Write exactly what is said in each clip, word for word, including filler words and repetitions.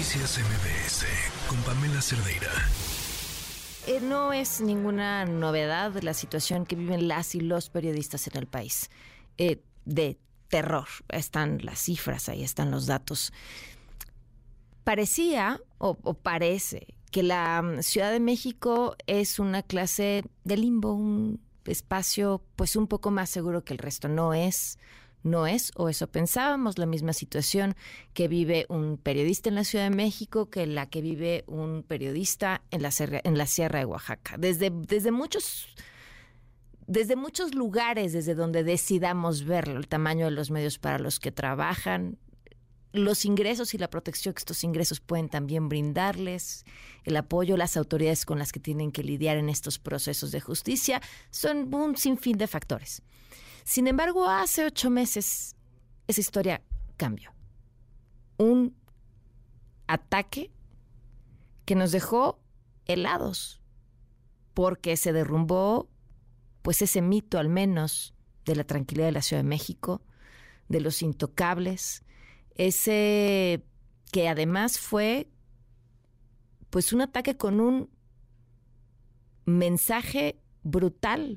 Noticias M B S con Pamela Cerdeira. Eh, no es ninguna novedad la situación que viven las y los periodistas en el país. Eh, de terror. Están las cifras, ahí están los datos. Parecía, o, o parece, que la Ciudad de México es una clase de limbo, un espacio pues un poco más seguro que el resto. No es... No es, o eso pensábamos, la misma situación que vive un periodista en la Ciudad de México que la que vive un periodista en la Sierra, en la Sierra de Oaxaca. Desde, desde muchos, desde muchos lugares, desde donde decidamos verlo, el tamaño de los medios para los que trabajan, los ingresos y la protección que estos ingresos pueden también brindarles, el apoyo, las autoridades con las que tienen que lidiar en estos procesos de justicia, son un sinfín de factores. Sin embargo, hace ocho meses esa historia cambió. Un ataque que nos dejó helados porque se derrumbó pues ese mito al menos de la tranquilidad de la Ciudad de México, de los intocables, ese que además fue pues un ataque con un mensaje brutal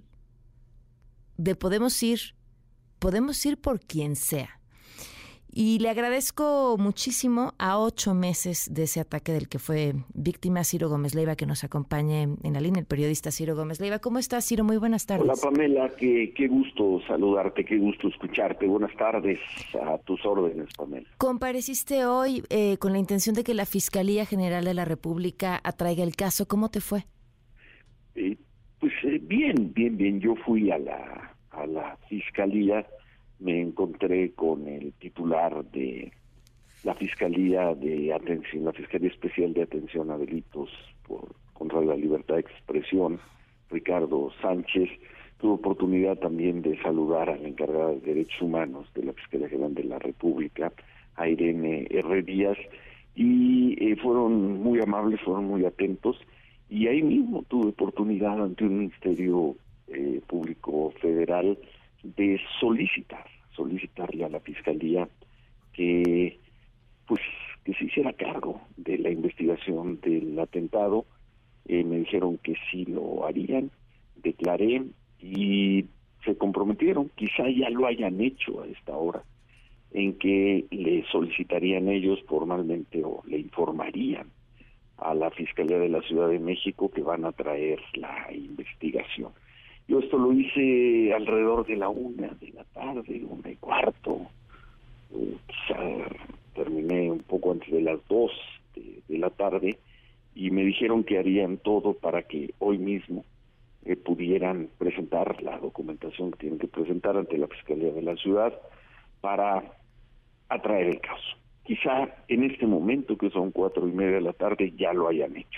de podemos ir, podemos ir por quien sea. Y le agradezco muchísimo a ocho meses de ese ataque del que fue víctima Ciro Gómez Leiva, que nos acompañe en la línea, el periodista Ciro Gómez Leiva. ¿Cómo estás, Ciro? Muy buenas tardes. Hola, Pamela, qué, qué gusto saludarte, qué gusto escucharte. Buenas tardes, a tus órdenes, Pamela. Compareciste hoy eh, con la intención de que la Fiscalía General de la República atraiga el caso. ¿Cómo te fue? Eh, Pues eh, bien, bien, bien. Yo fui a la a la fiscalía, me encontré con el titular de la Fiscalía de Atención, la Fiscalía Especial de Atención a Delitos por contra la Libertad de Expresión, Ricardo Sánchez. Tuve oportunidad también de saludar a la encargada de Derechos Humanos de la Fiscalía General de la República, a Irene R. Díaz, y eh, fueron muy amables, fueron muy atentos. Y ahí mismo tuve oportunidad ante un Ministerio eh, Público Federal de solicitar, solicitarle a la Fiscalía que pues que se hiciera cargo de la investigación del atentado. Eh, me dijeron que sí lo harían, declaré y se comprometieron, quizá ya lo hayan hecho a esta hora, en que le solicitarían ellos formalmente o le informarían a la Fiscalía de la Ciudad de México que van a traer la investigación. Yo esto lo hice alrededor de la una de la tarde, una y cuarto, eh, quizá terminé un poco antes de las dos de, de la tarde, y me dijeron que harían todo para que hoy mismo eh, pudieran presentar la documentación que tienen que presentar ante la Fiscalía de la Ciudad para atraer el caso. Quizá en este momento, que son cuatro y media de la tarde, ya lo hayan hecho.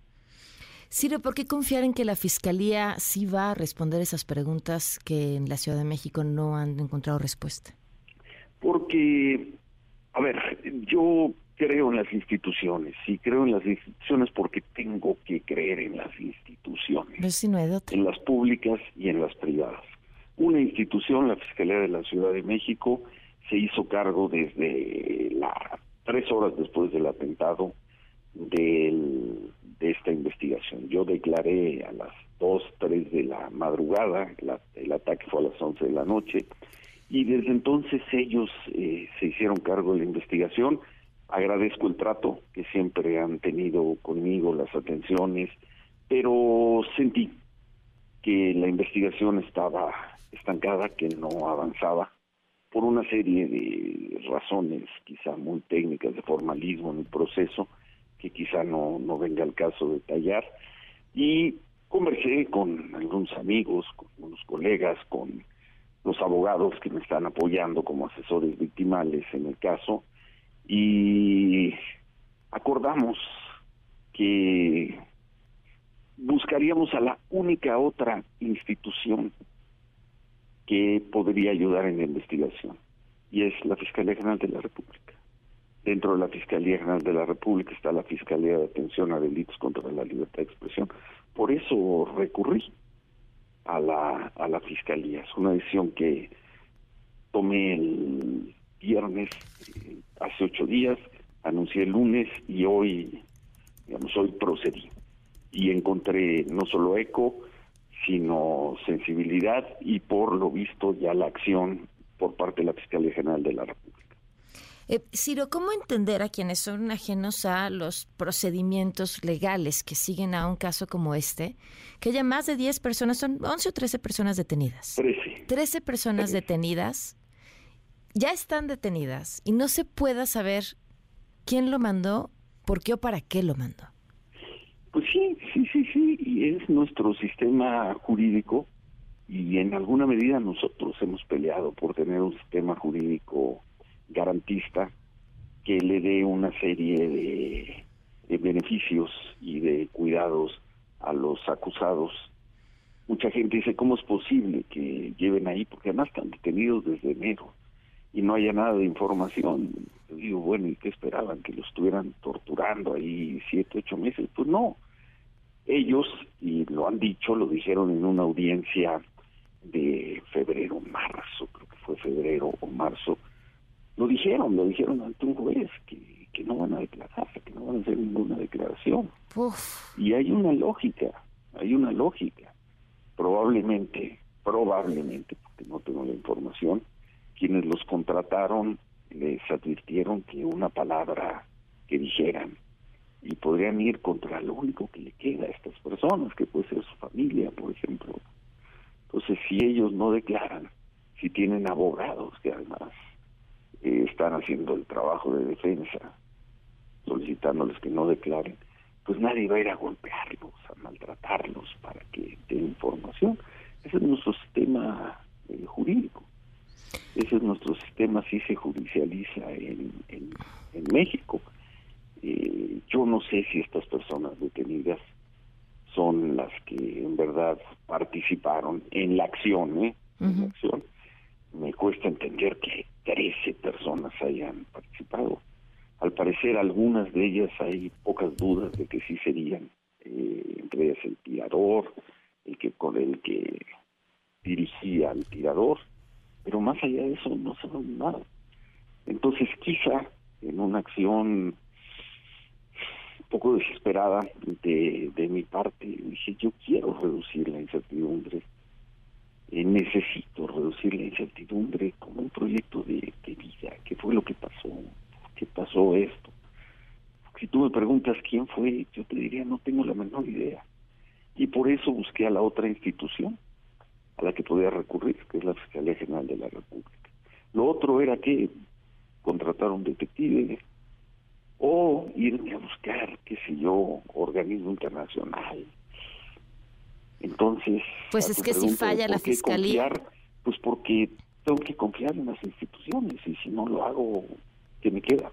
Ciro, ¿por qué confiar en que la Fiscalía sí va a responder esas preguntas que en la Ciudad de México no han encontrado respuesta? Porque, a ver, yo creo en las instituciones, y creo en las instituciones porque tengo que creer en las instituciones. Pero si no hay de otra. En las públicas y en las privadas. Una institución, la Fiscalía de la Ciudad de México, se hizo cargo desde las tres horas después del atentado del, de esta investigación. Yo declaré a las dos, tres de la madrugada, la, el ataque fue a las once de la noche, y desde entonces ellos eh, se hicieron cargo de la investigación. Agradezco el trato que siempre han tenido conmigo, las atenciones, pero sentí que la investigación estaba estancada, que no avanzaba, por una serie de razones quizá muy técnicas de formalismo en el proceso, que quizá no, no venga al caso detallar, y conversé con algunos amigos, con unos colegas, con los abogados que me están apoyando como asesores victimales en el caso, y acordamos que buscaríamos a la única otra institución que podría ayudar en la investigación, y es la Fiscalía General de la República. Dentro de la Fiscalía General de la República está la Fiscalía de Atención a Delitos contra la Libertad de Expresión. Por eso recurrí a la a la Fiscalía. Es una decisión que tomé el viernes, eh, hace ocho días, anuncié el lunes y hoy, digamos, hoy procedí. Y encontré no solo eco, sino sensibilidad y por lo visto ya la acción por parte de la Fiscalía General de la República. Eh, Ciro, ¿cómo entender a quienes son ajenos a los procedimientos legales que siguen a un caso como este, que haya más de diez personas, son once o trece personas detenidas? Trece. trece personas Trece. detenidas, ya están detenidas y no se pueda saber quién lo mandó, por qué o para qué lo mandó. Pues sí, sí, sí, sí, y es nuestro sistema jurídico y en alguna medida nosotros hemos peleado por tener un sistema jurídico garantista que le dé una serie de, de beneficios y de cuidados a los acusados. Mucha gente dice, ¿cómo es posible que lleven ahí? Porque además están detenidos desde enero y no haya nada de información. Yo digo, bueno, ¿y qué esperaban? ¿Que los estuvieran torturando ahí siete, ocho meses? Pues no. Ellos, y lo han dicho, lo dijeron en una audiencia de febrero, marzo, creo que fue febrero o marzo, lo dijeron, lo dijeron ante un juez, que, que no van a declarar, que no van a hacer ninguna declaración. Uf. Y hay una lógica, hay una lógica. Probablemente, probablemente, porque no tengo la información, quienes los contrataron les advirtieron que una palabra que dijeran y podrían ir contra lo único que le queda a estas personas, que puede ser su familia, por ejemplo. Entonces, si ellos no declaran, si tienen abogados que además eh, están haciendo el trabajo de defensa, solicitándoles que no declaren, pues nadie va a ir a golpearlos, a maltratarlos para que den información. Ese es nuestro sistema eh, jurídico. Ese es nuestro sistema, así se judicializa en, en, en México. Eh, yo no sé si estas personas detenidas son las que en verdad participaron en la acción, ¿eh? Uh-huh. En la acción. Me cuesta entender que trece personas hayan participado. Al parecer, algunas de ellas hay pocas dudas de que sí serían, eh, entre ellas el tirador, el que con el que dirigía al tirador, pero más allá de eso no sabemos nada. Entonces, quizá en una acción un poco desesperada de, de mi parte, dije, yo quiero reducir la incertidumbre, eh, necesito reducir la incertidumbre como un proyecto de, de vida. ¿Qué fue lo que pasó? ¿Por qué pasó esto? Si tú me preguntas quién fue, yo te diría, no tengo la menor idea. Y por eso busqué a la otra institución a la que podía recurrir, que es la Fiscalía General de la República. Lo otro era que contratar un detective o irme a buscar, qué sé yo, organismo internacional. Entonces, pues es que si falla la Fiscalía... Confiar, pues porque tengo que confiar en las instituciones y si no lo hago, ¿qué me queda?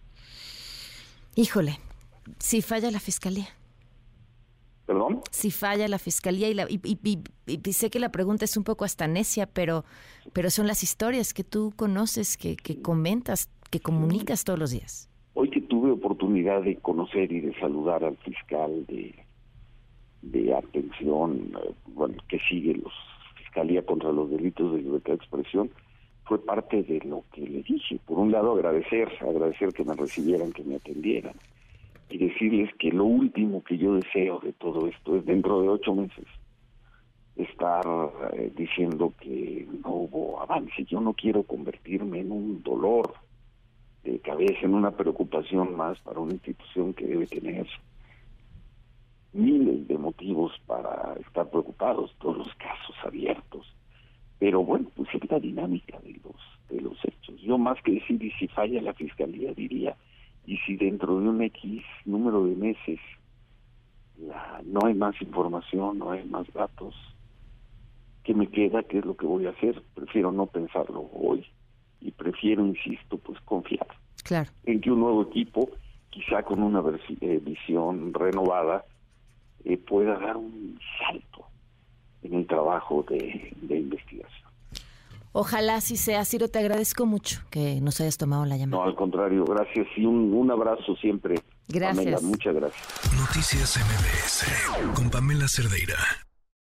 Híjole, si falla la Fiscalía. ¿Perdón? Si falla la Fiscalía y, la, y, y, y, y sé que la pregunta es un poco hasta necia, pero, pero son las historias que tú conoces, que, que comentas, que comunicas todos los días. Hoy que tuve oportunidad de conocer y de saludar al fiscal de, de atención, bueno, que sigue los Fiscalía contra los delitos de libertad de expresión, fue parte de lo que le dije. Por un lado, agradecer, agradecer que me recibieran, que me atendieran, y decirles que lo último que yo deseo de todo esto es dentro de ocho meses estar eh, diciendo que no hubo avance. Yo no quiero convertirme en un dolor de cabeza, en una preocupación más para una institución que debe tener miles de motivos para estar preocupados, todos los casos abiertos. Pero bueno, pues es la dinámica de los, de los hechos. Yo más que decir, y si falla la Fiscalía, diría, y si dentro de un X número de meses la, no hay más información, no hay más datos, ¿qué me queda? ¿Qué es lo que voy a hacer? Prefiero no pensarlo hoy y prefiero, insisto, pues confiar claro. en que un nuevo equipo, quizá con una versi- eh, visión renovada, eh, pueda dar un salto en el trabajo de, de investigación. Ojalá así sea. Ciro, te agradezco mucho que nos hayas tomado la llamada. No, al contrario, gracias y un, un abrazo siempre. Gracias. Pamela, muchas gracias. Noticias M B S con Pamela Cerdeira.